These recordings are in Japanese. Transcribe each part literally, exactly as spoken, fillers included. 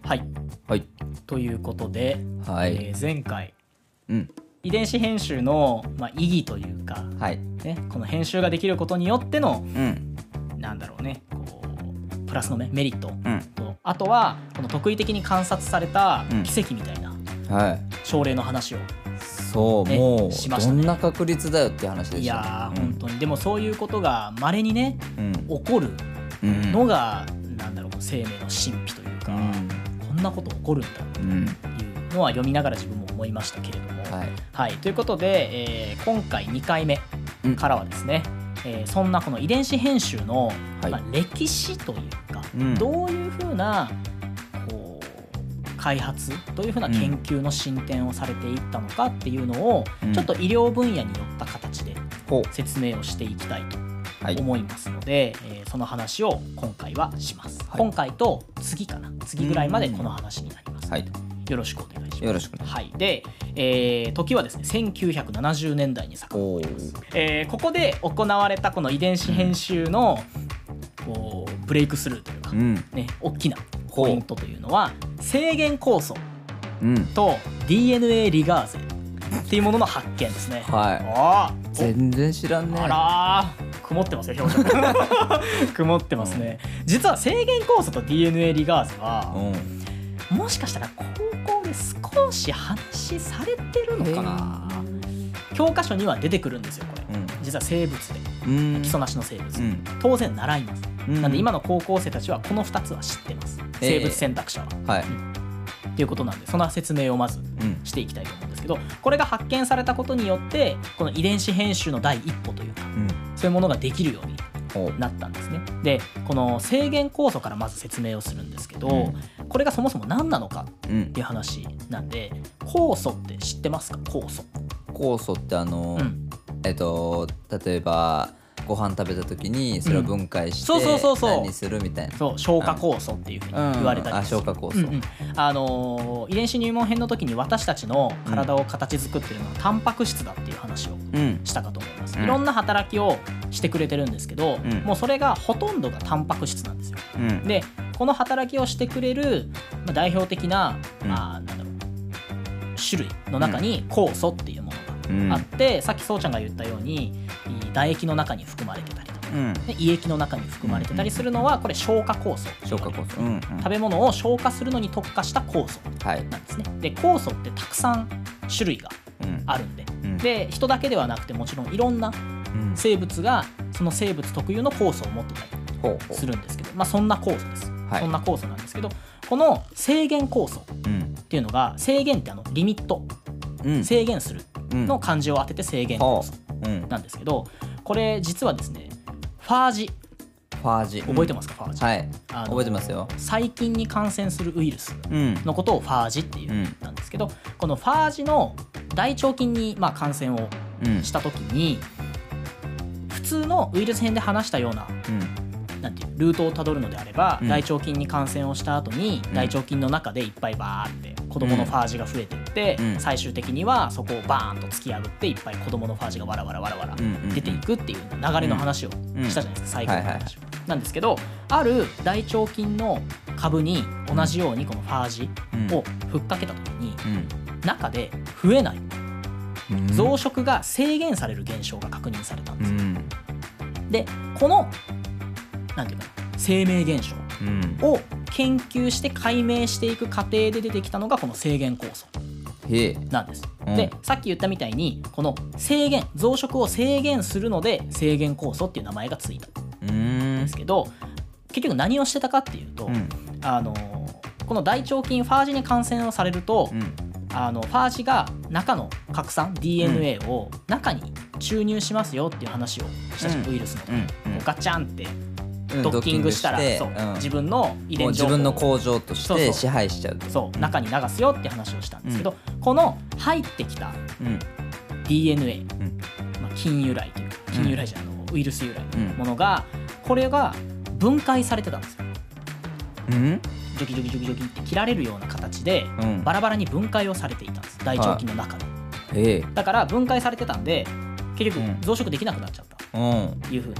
はい、 はい、 ということで、 はいえー、前回、 うん、 遺伝子編集の、まあ、意義というか、 はいね、この編集ができることによっての、 うん、 なんだろうね、こうプラスのメリット、 うん、 とあとはこの特異的に観察されたうん奇跡みたいなはい症例の話を、 そう、 ねもうしましたねどんな確率だよって話でした。 いやー、 うん本当にでもそういうことが稀にねうん起こるうんのが、なんだろう、生命の神秘というか、 うんこんなこと起こるんだってうんいうのは読みながら自分も思いましたけれども、 はいはい、ということで、えー今回にかいめうんからはですね、えーそんなこの遺伝子編集の、 はいまあ、歴史というか、 うんどういうふうなこう開発どういうふうな研究の進展をされていったのかっていうのを、 うんちょっと医療分野によった形でほ説明をしていきたいとうはい思いますので、えーその話を今回はします、 はい今回と次かな次ぐらいまでこの話になります、 はいよろしくお願いします。 よろしくねはい、で、えー時はですねせんきゅうひゃくななじゅうねんだいに遡ります、えーここで行われたこの遺伝子編集のこうブレイクスルーというか、 うんね、大きなポイントというのは制限酵素うんと ディーエヌエー リガーゼっていうものの発見ですね。 はいあー全然知らんねあらー曇ってますよ表情曇ってますね、実は制限酵素と ディーエヌエー リガーゼはうんもしかしたら高校で少し話されてるのかな。教科書には出てくるんですよこれ、 うん実は生物でうん基礎なしの生物、 うん当然習います、 うんなんで今の高校生たちはこのふたつは知ってます、 えー生物選択肢は、 はいっていうことなんでその説明をまずうんしていきたいと思うんですけど、これが発見されたことによってこの遺伝子編集の第一歩というかうんそういうものができるようにほうなったんですね。でこの制限酵素からまず説明をするんですけど、 うんこれがそもそも何なのかうんっていう話なんで、酵素って知ってますか？酵素、 酵素ってあのうんえっと例えばご飯食べた時にそれを分解してそうそうそうそう何にするみたいなそう消化酵素っていうふうに言われたりあする、 消化酵素うんうんあのー遺伝子入門編の時に私たちの体を形作ってるのはタンパク質だっていう話をうんしたかと思います、 うんいろんな働きをしてくれてるんですけど、 うんもうそれがほとんどがタンパク質なんですよ。 うんでこの働きをしてくれる、まあ、代表的な、 うんまあ、なんだろう種類の中に酵素っていうものうんがあって、さっきそうちゃんが言ったように唾液の中に含まれてたりとか、 うんで胃液の中に含まれてたりするのはこれ消化酵素、 消化酵素うんうん食べ物を消化するのに特化した酵素はいなんですね。で酵素ってたくさん種類がうんあるんで、 うんで人だけではなくてもちろんいろんなうん生物がその生物特有の酵素を持ってたりほうほうするんですけど、まあ、そんな酵素です、 はいそんな酵素なんですけど、この制限酵素っうんていうのが制限ってあのリミットうん制限するうんの漢字を当てて制限酵素うんなんですけど、これ実はですねファージファージ覚えてますか？ファージ、 はいあの覚えてますよ細菌に感染するウイルスうんのことをファージっていうんなんですけど、このファージの大腸菌にまあ感染をうんした時に普通のウイルス編で話したようなうんなんていうルートをたどるのであれば、 うん大腸菌に感染をした後に、 うん大腸菌の中でいっぱいバーって子供のファージが増えていって、 うん最終的にはそこをバーンと突き破っていっぱい子供のファージがわらわらわらわらうんうん出ていくっていう流れの話をしたじゃないですか、最後の話を、なんですけどある大腸菌の株に同じようにこのファージをふっかけた時に中で増えないうん増殖が制限される現象が確認されたんうですよ、 んでこのなんていうか生命現象うんを研究して解明していく過程で出てきたのがこの制限酵素へえなんです、 うんでさっき言ったみたいにこの制限増殖を制限するので制限酵素っていう名前がついたうーんんですけど、結局何をしてたかっていうと、 うんあのこの大腸菌ファージに感染をされると、 うんあのファージが中の核酸 ディーエヌエー を中に注入しますよっていう話をしたじゃん、 うんウイルスの、 うんこうガチャンってうんドッキングしたら、そうドッキングしてうん自分の遺もう伝情報を自分の工場としそうそうて支配しちゃうそう中に流すよって話をしたんですけど、この入ってきたうんディーエヌエー、 うんまあ、菌由来というか菌由来じゃん、あのウイルス由来うんのものがこれが分解されてたんですよ。 うんジョキジョキジョキジョキって切られるような形でうんバラバラに分解をされていたんです、大腸菌の中で。 へえだから分解されてたんで結局うん増殖できなくなっちゃったうんという風な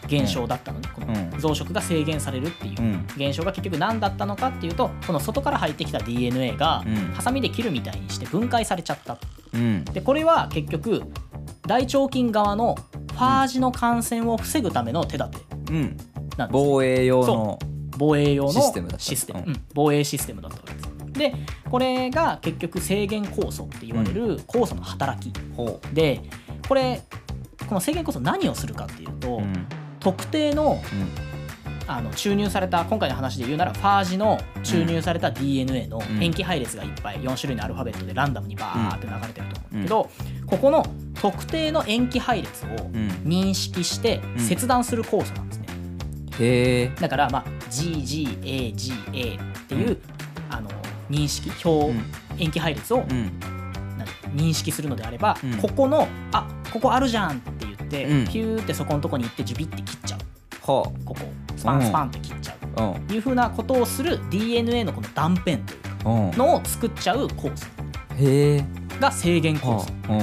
現象だったのね、この増殖が制限されるっていう現象が結局何だったのかっていうと、この外から入ってきた ディーエヌエー がハサミで切るみたいにして分解されちゃった。でこれは結局大腸菌側のファージの感染を防ぐための手立てなんです、 うん、防衛用の防衛用のシステムだった、 システム、うん、防衛システムだったわけです。でこれが結局制限酵素って言われる酵素の働き、うん、でこれこの制限酵素何をするかっていうと、うん、特定の、うん、あの注入された、今回の話で言うならファージの注入された ディーエヌエー の塩基配列がいっぱいよん種類のアルファベットでランダムにバーって流れてると思うんだけど、うん、ここの特定の塩基配列を認識して切断する酵素なんですね、 うん、へー。 だからまあ ジージーエージーエー っていう、うん、あの認識表、うん、塩基配列を、うん、認識するのであれば、うん、ここのあここあるじゃんって言って、うん、ピューってそこのとこに行ってジュビって切っちゃう、ここスパンスパンって切っちゃう、うん、いう風なことをする ディーエヌエー のこの断片というか、うん、のを作っちゃう酵素へが制限酵素、うん、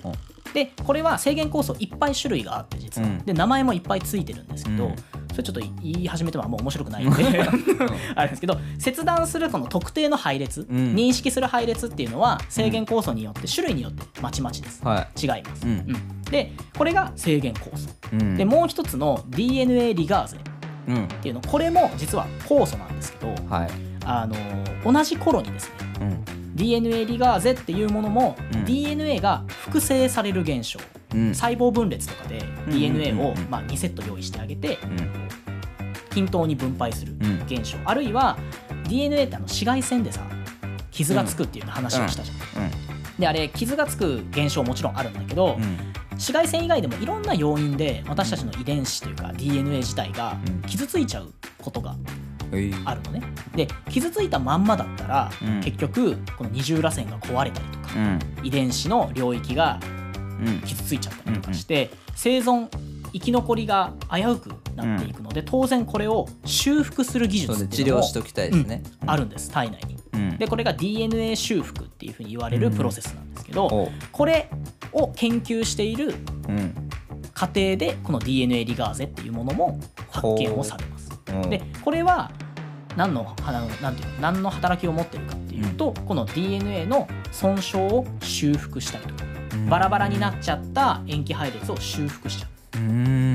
でこれは制限酵素いっぱい種類があって実は、うん、で名前もいっぱいついてるんですけど、うん、それちょっと言い始めてはもう面白くないんであれですけど、切断するこの特定の配列、うん、認識する配列っていうのは制限酵素によって種類によってまちまちです、はい、違います、うんうん、でこれが制限酵素、うん、でもう一つの ディーエヌエー リガーゼっていうの、これも実は酵素なんですけど、はい、あの同じ頃にですね、うん、ディーエヌエー リガーゼっていうものも、うん、ディーエヌエー が複製される現象、うん、細胞分裂とかで ディーエヌエー を、まあ、にセット用意してあげて、うん、均等に分配する現象、うん、あるいは ディーエヌエー ってあの紫外線でさ傷がつくっていう話をしたじゃん、うんうん、であれ傷がつく現象もちろんあるんだけど、うん、紫外線以外でもいろんな要因で私たちの遺伝子というか ディーエヌエー 自体が傷ついちゃうことがあるのね。で傷ついたまんまだったら、うん、結局この二重らせんが壊れたりとか、うん、遺伝子の領域が傷ついちゃったりとかして、うん、生存生き残りが危うくなっていくので、うん、当然これを修復する技術っていうのも、 治療しときたいですね、 うん、あるんです体内に、うん、でこれが ディーエヌエー 修復っていうふうに言われるプロセスなんですけど、うん、これを研究している過程でこの ディーエヌエー リガーゼっていうものも発見をされます。でこれは何の、何ていうの、何の働きを持ってるかっていうと、うん、この ディーエヌエー の損傷を修復したりとか、うん、バラバラになっちゃった塩基配列を修復しちゃう、うん、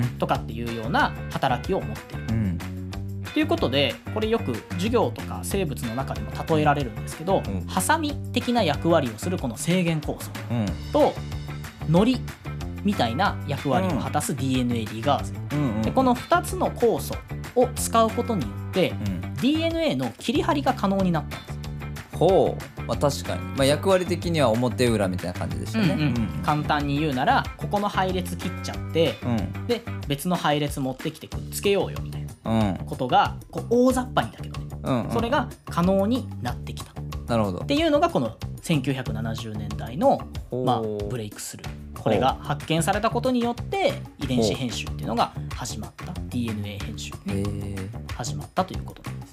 とかっていうような働きを持っている、うん、ということでこれよく授業とか生物の中でも例えられるんですけど、うん、ハサミ的な役割をするこの制限酵素、うん、と糊みたいな役割を果たす ディーエヌエー リガーゼ、うんうん、でこのふたつの酵素を使うことによって、うん、ディーエヌエー の切り張りが可能になったんです。 ほう、まあ、確かに、まあ、役割的には表裏みたいな感じでしたね、うんうんうん、 簡単に言うならここの配列切っちゃって、うん、で別の配列持ってきてくっつけようよみたいなことが、こう大雑把にだけどね、うんうん、それが可能になってきた、 なるほどっていうのがこのせんきゅうひゃくななじゅうねんだいの、まあ、ブレイクスルー、これが発見されたことによって遺伝子編集っていうのが始まった、 ディーエヌエー 編集が始まったということなんです。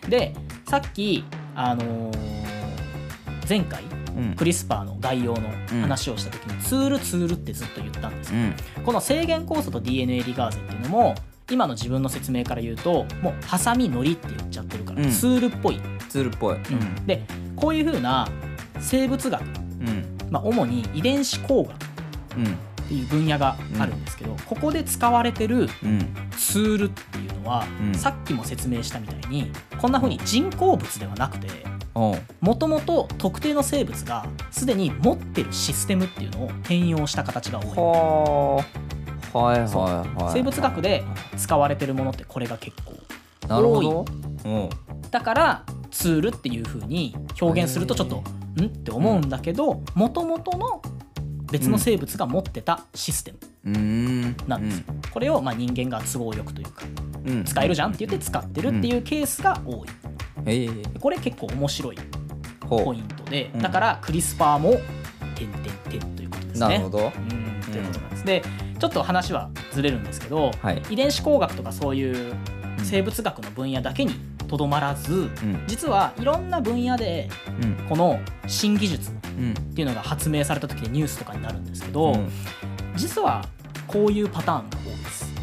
でさっき、あのー、前回、うん、クリスパーの概要の話をした時に、うん、ツールツールってずっと言ったんですけど、うん、この制限酵素と ディーエヌエー リガーゼっていうのも今の自分の説明から言うともうハサミのりって言っちゃってるから、うん、ツールっぽいツールっぽい、 うん、でこういう風な生物学、うんまあ、主に遺伝子工学っていう分野があるんですけど、うん、ここで使われてるツールっていうのは、うん、さっきも説明したみたいにこんな風に人工物ではなくて、もともと特定の生物がすでに持ってるシステムっていうのを転用した形が多い。 はいはいはい、 生物学で使われてるものってこれが結構多い。 なるほど、うん、 だからツールっていう風に表現するとちょっとんって思うんだけど、もともとの別の生物が持ってたシステムなんですよ、うんうん、これをまあ人間が都合よくというか、うん、使えるじゃんって言って使ってるっていうケースが多い、うん、これ結構面白いポイントで、だからクリスパーも点点点ということですね。 なるほど、 うん、ということなんです。でちょっと話はずれるんですけど、はい、遺伝子工学とかそういう生物学の分野だけにとどまらず、うん、実はいろんな分野でこの新技術っていうのが発明された時でニュースとかになるんですけど、うん、実はこういうパターンが多いです。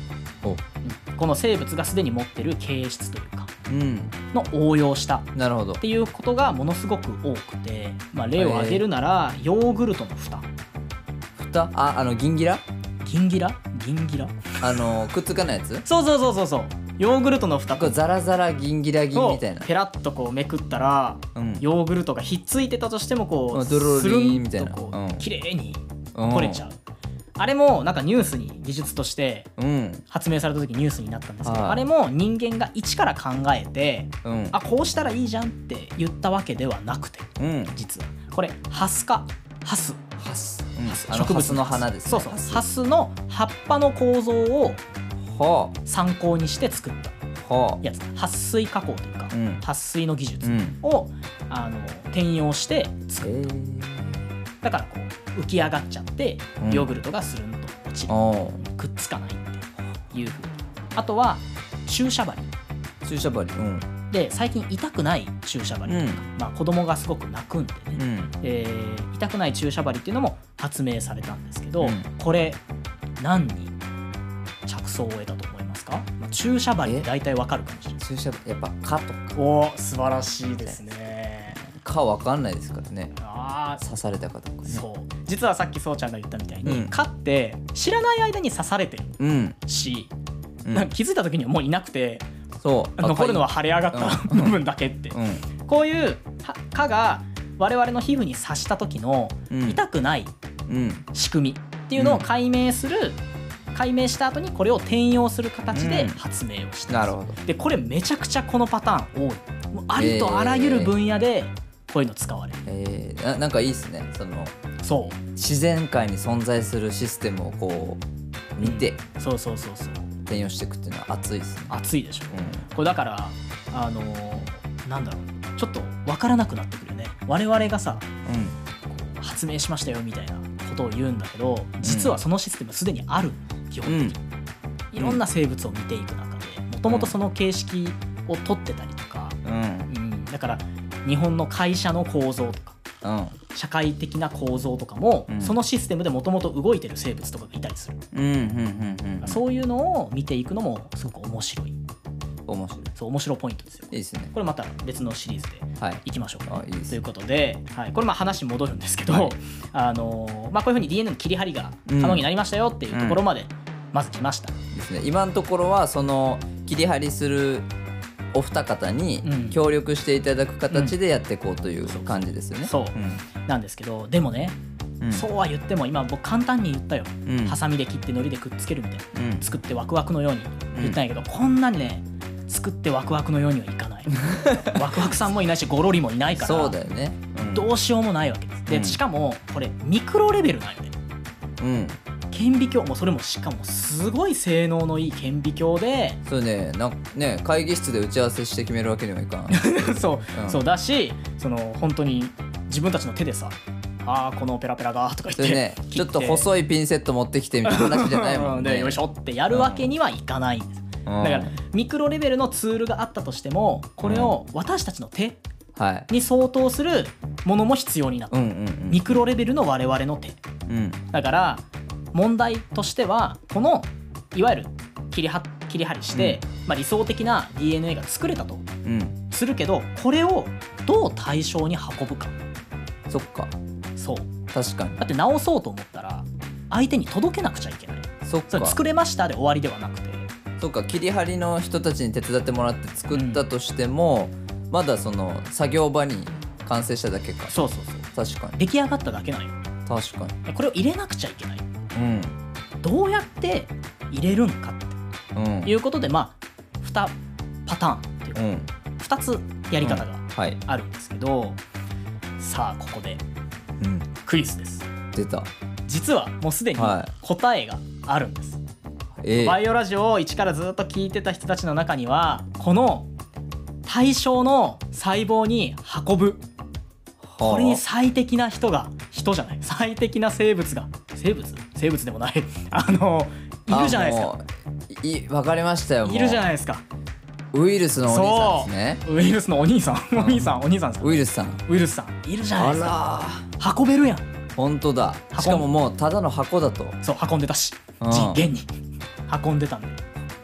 おこの生物がすでに持ってる形質というかうんの応用したなるほどっていうことがものすごく多くて、まあ、例を挙げるならヨーグルトの蓋蓋ああのギンギラギンギラギンギラあのくっつかないやつそうそうそうそうそうヨーグルトの蓋これザラザラギンギラギンみたいなペラッとこうめくったら、 うん、 ヨーグルトがひっついてたとしてもこうドロスルリーみたいなンとこうんう綺麗に取れちゃう、あれもなんかニュースに技術としてうん発明された時ニュースになったんですけど、 はいあれも人間が一から考えて、 うんあこうしたらいいじゃんって言ったわけではなくて、 うん実はこれハスかハスハス、うん、 ハスあのハスの花ですねそうそうハスハスの葉っぱの構造をは参考にして作ったあはやつ撥水加工というか、 うん撥水の技術うんを、あの転用してえ作る、 ー、 だからこう浮き上がっちゃって、 うんヨーグルトがスルンと落ちる、 おくっつかないっていうふうに。あとは注射針注射針うんで最近痛くない注射針とか、 うんまあ、子供がすごく泣くんでね、 うんえー痛くない注射針っていうのも発明されたんですけど、 うんこれ何に着想を得たと思いますか？まあ、注射針って大体わかるかもしれない。 注射やっぱ蚊とかおー素晴らしいですね。 蚊わかんないですからねあー刺されたかとかねそう実はさっきそうちゃんが言ったみたいに、 うん蚊って知らない間に刺されてるうん、 し、 うんなんか気づいた時にはもういなくてそう残るのは腫れ上がったうん部分だけって、 うんこういうは蚊が我々の皮膚に刺した時のうん痛くないうん仕組みっていうのを解明する、解明した後にこれを転用する形で発明をしてます、 なるほどでこれめちゃくちゃこのパターン多い。もうありとあらゆる分野でこういうの使われる、 えー、な, なんかいいですねそのそう自然界に存在するシステムをこう見てそうそうそうそう転用していくっていうのは熱いですね熱いでしょ、 うこれだからあのーなんだろうちょっと分からなくなってくるよね。我々がさんこう発明しましたよみたいなことを言うんだけど実はそのシステムすでにある基本的に、いろんな生物を見ていく中でもともとその形式を取ってたりとか、 うんうん、だから日本の会社の構造とかうん社会的な構造とかも、 うんそのシステムでもともと動いてる生物とかがいたりする、 うんうんうんうんそういうのを見ていくのもすごく面白い面白いそう面白いポイントですよ。 いいですねこれまた別のシリーズではいいきましょうか、 あいいですということで、はい、これまあ話戻るんですけど、 はいあのーまあ、こういうふうに ディーエヌエー の切り張りが可能になりましたよっていうところまでまず来ました、 ですね今のところはその切り張りするお二方にうん協力していただく形でやっていこうという感じですよね。 そううんなんですけどでもね、 うんそうは言っても今僕簡単に言ったよ、 うんハサミで切って糊でくっつけるみたいな、 うん作ってワクワクのように言ったんやけど、こんなにね作ってワクワクのようにはいかないワクワクさんもいないしゴロリもいないからそうだよね。うんどうしようもないわけですで、 うんしかもこれミクロレベルなんよね。 うん顕微鏡もそれもしかもすごい性能のいい顕微鏡でそれねなんね会議室で打ち合わせして決めるわけにはいかん。 そう、 うんそうだしその本当に自分たちの手でさあーこのペラペラがとか言ってそれねちょっと細いピンセット持ってきてみたいな話じゃないもんね。 でよいしょってやるわけにはいかないんです、 うんだからミクロレベルのツールがあったとしてもこれを私たちの手はいに相当するものも必要になってる、 うんうんうんミクロレベルの我々の手うんだから問題としてはこのいわゆる切りは切り張りして、まあ、理想的な ディーエヌエー が作れたとうんするけどこれをどう対象に運ぶか。 そっかそう確かにだって直そうと思ったら相手に届けなくちゃいけない。 そっかそれ作れましたで終わりではなくてそっか切り張りの人たちに手伝ってもらって作ったとしても、まだその作業場に完成しただけか。 そうそうそう確かに出来上がっただけなんよ。 確かにこれを入れなくちゃいけない。 うんどうやって入れるんかっうんていうことでまあにパターンっていうかうんふたつやり方がはいあるんですけど、さあここでうんクイズです。 出た実はもうすでにはい答えがあるんです、 えバイオラジオを一からずっと聞いてた人たちの中にはこの対象の細胞に運ぶこれに最適な人が人じゃない最適な生物が生物生物でもないあのいるじゃないですか。 いわかりましたよ。もういるじゃないですか。 ウイルスのお兄さんですね。 ウイルスのお兄さんお兄さんお兄さんですかウイルスさんウイルスさんいるじゃないあですか。 ら運べるやん。 本当だ。しかももうただの箱だと。 そう運んでたしうん実現に運んでたんで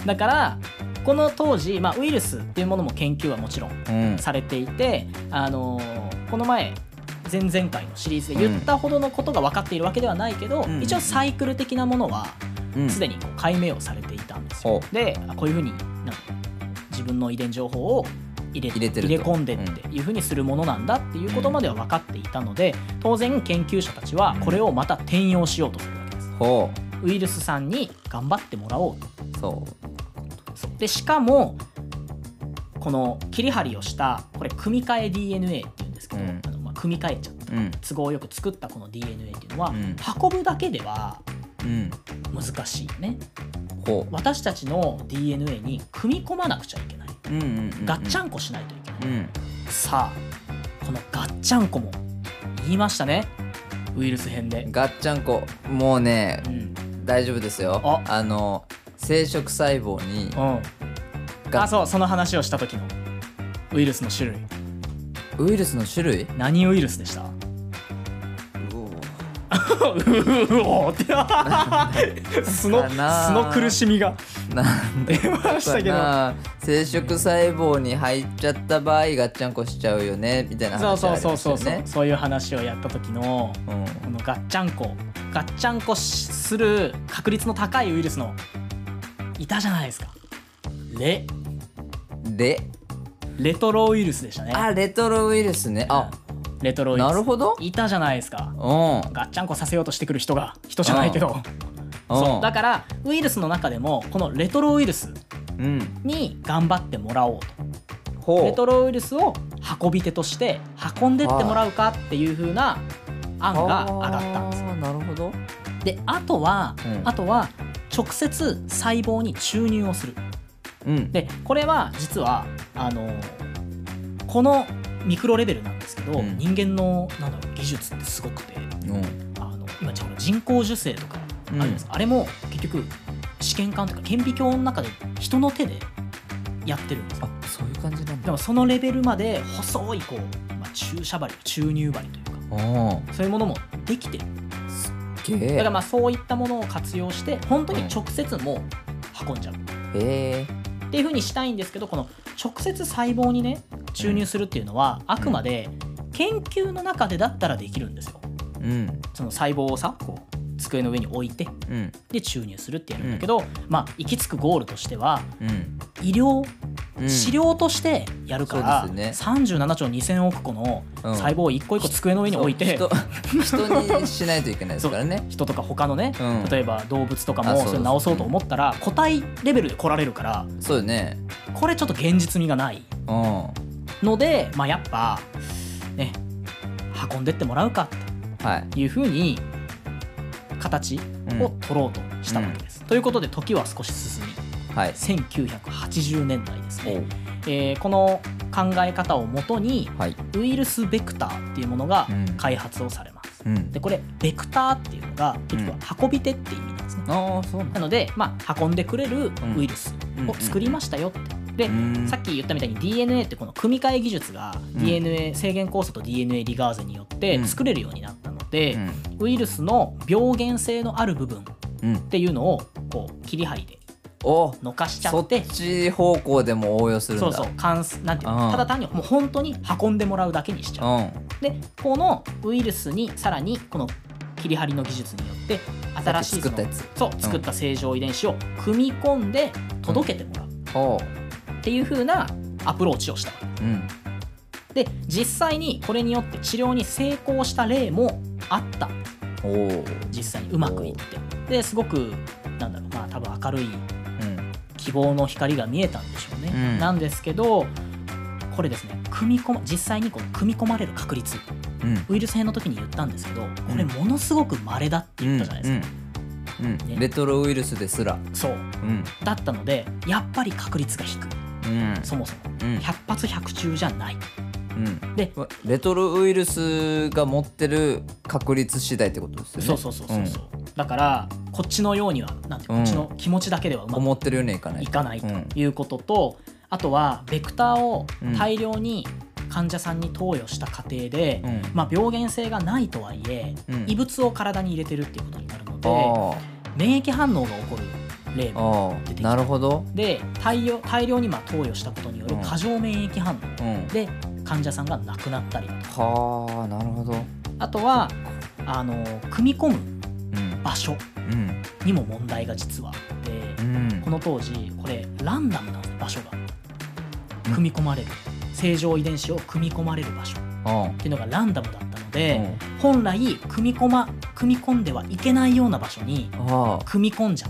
だからこの当時、まあ、ウイルスっていうものも研究はもちろんされていて、うん、あのー、この前前々回のシリーズで言ったほどのことが分かっているわけではないけど、うん、一応サイクル的なものはすでにこう解明をされていたんですよ、うん、でこういうふうになんか自分の遺伝情報を入れ、入れてると入れ込んでっていうふうにするものなんだっていうことまでは分かっていたので、当然研究者たちはこれをまた転用しようとするわけです、うん、ウイルスさんに頑張ってもらおうと。そうでしかもこの切り張りをしたこれ組み換え ディーエヌエー っていうんですけど、うん、あのまあ組み換えちゃった、うん、都合よく作ったこの ディーエヌエー っていうのは、うん、運ぶだけでは難しいよね、うん、私たちの ディーエヌエー に組み込まなくちゃいけない、うんうんうんうん、ガッチャンコしないといけない、うん、さあこのガッチャンコも言いましたね、ウイルス編で。 ガッチャンコもうね、うん、大丈夫ですよ。ああの生殖細胞に、 うん、あそうその話をした時のウイルスの種類。 ウイルスの種類何ウイルスでした？うおうおって素の素の苦しみが出ましたけど、 生殖細胞に入っちゃった場合ガッチャンコしちゃうよねみたいな話ありましたよね。 そうそうそうそうそういう話をやった時の、うん、このガッチャンコガッチャンコする確率の高いウイルスのいたじゃないですか。レレレトロウイルスでしたね。 あ、レトロウイルスね。あ、 レトロウイルス。 なるほど。 いたじゃないですか。うん。ガッチャンコさせようとしてくる人が人じゃないけど。そうだからウイルスの中でもこのレトロウイルスに頑張ってもらおうと、うん、レトロウイルスを運び手として運んでってもらうかっていう風な案が上がったんですよ。 なるほど。 であとは、うん、あとは直接細胞に注入をする、うん、でこれは実はあのこのミクロレベルなんですけど、うん、人間のなんだろう技術ってすごくて、うん、あの今人工授精とかあるんですか、うん、あれも結局試験管とか顕微鏡の中で人の手でやってるんですよ。 あ、そういう感じなんだ。 でもそのレベルまで細いこう、まあ、注射針注入針というかそういうものもできてる。だからまあそういったものを活用して本当に直接もう運んじゃう、うん、へーっていう風にしたいんですけど、この直接細胞にね注入するっていうのは、うん、あくまで研究の中でだったらできるんですよ、うん、その細胞をさこう机の上に置いて、うん、で注入するってやるんだけど、うん、まあ行き着くゴールとしては、うん、医療資料としてやるから、うんね、さんじゅうななちょうにせんおくこの細胞を一個一個机の上に置いて、 うん、人, 人にしないといけないですからね人とか他のね、うん、例えば動物とかもそれ治そうと思ったら個体レベルで来られるから、 そうね、 これちょっと現実味がないので、まあ、やっぱね運んでってもらうかっていうふうに形を取ろうとしたわけです、うん、ということで時は少し進み、はい、せんきゅうひゃくはちじゅうねんだいですね、えー、この考え方をもとに、はい、ウイルスベクターっていうものが開発をされます、うん、でこれベクターっていうのが結局は運び手っていう意味なんですね、うん、あそうなので、まあ、運んでくれるウイルスを作りましたよって、でさっき言ったみたいに ディーエヌエー ってこの組み換え技術が ディーエヌエー、うん、制限酵素と ディーエヌエー リガーゼによって作れるようになったので、うん、ウイルスの病原性のある部分っていうのをこう切り張りでのかしちゃって、 そっち方向でも応用するんだ。 そうそう関数なんていうの、ただ単にもう本当に運んでもらうだけにしちゃう、うん、でこのウイルスにさらにこの切り張りの技術によって新しいその作ったやつそう作った正常遺伝子を組み込んで届けてもらう、うん、っていう風なアプローチをしたわけ、うん、で実際にこれによって治療に成功した例もあった。お実際にうまくいってですごくなんだろうまあ多分明るい希望の光が見えたんでしょうね、うん、なんですけどこれですね組み込ま実際にこう組み込まれる確率、うん、ウイルス編の時に言ったんですけどこれものすごく稀だって言ったじゃないですか、 うんうんね、レトロウイルスですらそう、うん、だったのでやっぱり確率が低い、うん、そもそも、うん、ひゃく発ひゃく中じゃない、 うん、でレトロウイルスが持ってる確率次第ってことですよね。 そうそうそうそうそう、うん、だからこっちのようにはなんてこっちの気持ちだけではうまく思ってるようにいかないいかないということと、うん、あとはベクターを大量に患者さんに投与した過程で、うんまあ、病原性がないとはいえ、うん、異物を体に入れてるっていうことになるので免疫反応が起こる例も出てきた。 なるほど。 で大量大量にまあ投与したことによる過剰免疫反応で患者さんが亡くなったりだとか、 はあ、なるほど。 あとはあの組み込む場所にも問題が実はあって、うん、この当時これランダムな場所が組み込まれる、正常遺伝子を組み込まれる場所っていうのがランダムだったので、本来組み込ま組み込んではいけないような場所に組み込んじゃって、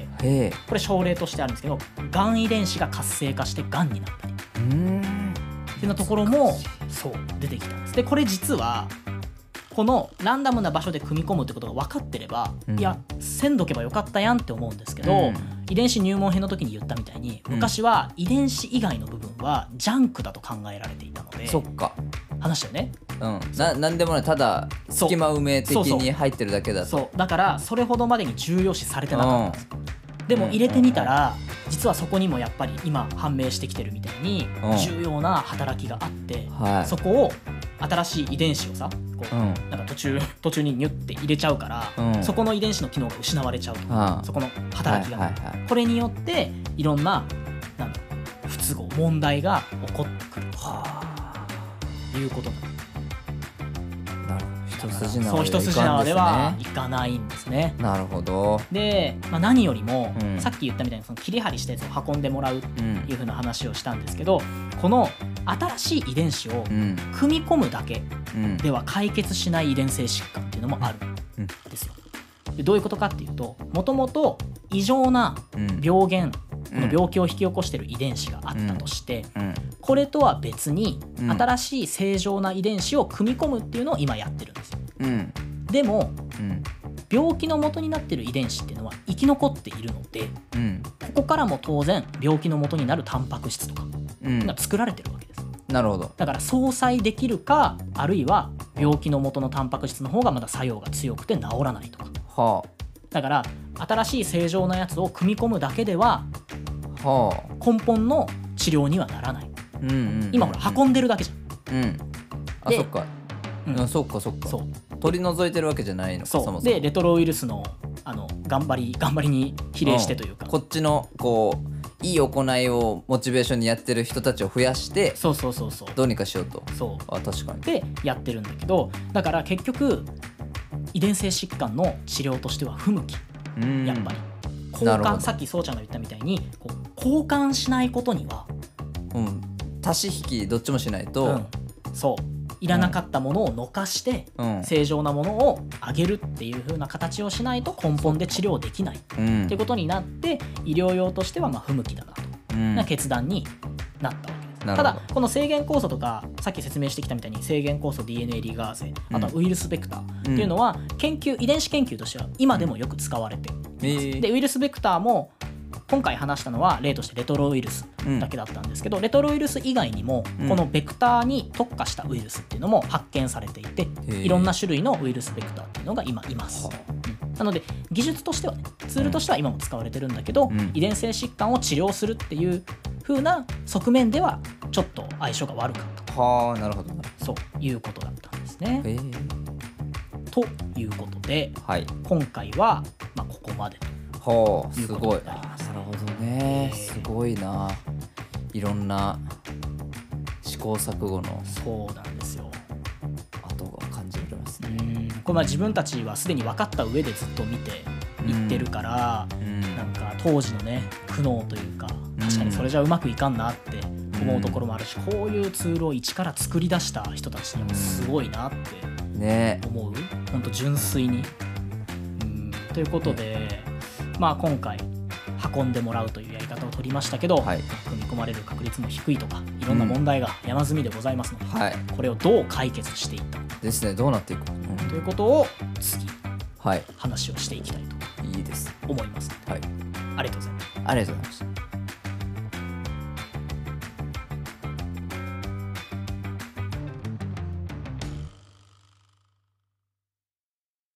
これ症例としてあるんですけど、がん遺伝子が活性化してがんになったりっていうようなところもそう出てきたんです。でこれ実はこのランダムな場所で組み込むってことが分かってれば、うん、いやせんどけばよかったやんって思うんですけど、うん、遺伝子入門編の時に言ったみたいに、昔は遺伝子以外の部分はジャンクだと考えられていたので、 そっか話したよね、 うん、ななんでもない、ただ隙間埋め的に入ってるだけだと。 そうそうそう、だからそれほどまでに重要視されてなかったんです、うん、でも入れてみたら、うん、実はそこにもやっぱり今判明してきてるみたいに重要な働きがあって、うん、そこを新しい遺伝子をさこう、うん、なんか途中途中にニュッて入れちゃうから、うん、そこの遺伝子の機能が失われちゃうと、うん、そこの働きが、はいはいはい、これによっていろんな、なんだ不都合問題が起こってくるということなんです。 なるほど、一筋縄そう一筋縄ではいかないんですね。 なるほど。 で、まあ、何よりも、うん、さっき言ったみたいにその切り張りしたやつを運んでもらうっていう風な話をしたんですけど、うん、この新しい遺伝子を組み込むだけでは解決しない遺伝性疾患っていうのもあるんですよ。でどういうことかっていうと、もともと異常な病原、この病気を引き起こしている遺伝子があったとして、これとは別に新しい正常な遺伝子を組み込むっていうのを今やってるんですよ。でも病気の元になっている遺伝子っていうのは生き残っているので、ここからも当然病気の元になるタンパク質とかが作られてるわけです。 なるほど。 だから相殺できるか、あるいは病気の元のタンパク質の方がまだ作用が強くて治らないとか、はあ、だから新しい正常なやつを組み込むだけでは、はあ、根本の治療にはならない、うんうんうんうん、今ほら運んでるだけじゃん、うん、 あそっか、うん、そっかそっか、そう取り除いてるわけじゃないのか。 そうそもそもでレトロウイルスの、あの頑張り頑張りに比例してというか、 うん、こっちのこういい行いをモチベーションにやってる人たちを増やして、 そうそうそうそう、 どうにかしようと。 そう、 あ、確かに。 でやってるんだけど、だから結局遺伝性疾患の治療としては不向き。やっぱり交換、さっきそうちゃんが言ったみたいにこう交換しないことには、 うん、足し引きどっちもしないと、うん、 そういらなかったものをのかして、うん、正常なものをあげるっていう風な形をしないと根本で治療できない、うん、っていうことになって、医療用としてはまあ不向きだなと、うん、な決断になったわけです。ただこの正原酵素とかさっき説明してきたみたいに正原酵素 ディーエヌエー リガーゼ、あとはウイルスベクターっていうのは研究、遺伝子研究としては今でもよく使われています、えー、でウイルスベクターも今回話したのは例としてレトロウイルスだけだったんですけど、うん、レトロウイルス以外にもこのベクターに特化したウイルスっていうのも発見されていて、いろんな種類のウイルスベクターっていうのが今います、うん、なので技術としてはね、ツールとしては今も使われてるんだけど、うん、遺伝性疾患を治療するっていう風な側面ではちょっと相性が悪かったと。 はあ、なるほど。 そういうことだったんですね。へーということで、はい、今回はまあここまでと。 はあ、すごい。なるほどね、えー、すごいな。いろんな試行錯誤のそうなんですよ後が感じられますね。 うんこれまあ自分たちはすでに分かった上でずっと見ていってるから、うん、なんか当時のね苦悩というか、確かにそれじゃうまくいかんなって思うところもあるし、うん、こういうツールを一から作り出した人たちにもすごいなって思う、ね、ほんと純粋に。うんということで、まあ、今回運んでもらうというやり方を取りましたけど、はい、組み込まれる確率も低いとかいろんな問題が山積みでございますので、うんはい、これをどう解決していったのかですね。どうなっていくか、うん、 ということを次、 はい、 話をしていきたいといいです思いますので、はい、ありがとうございます。 ありがとうございました。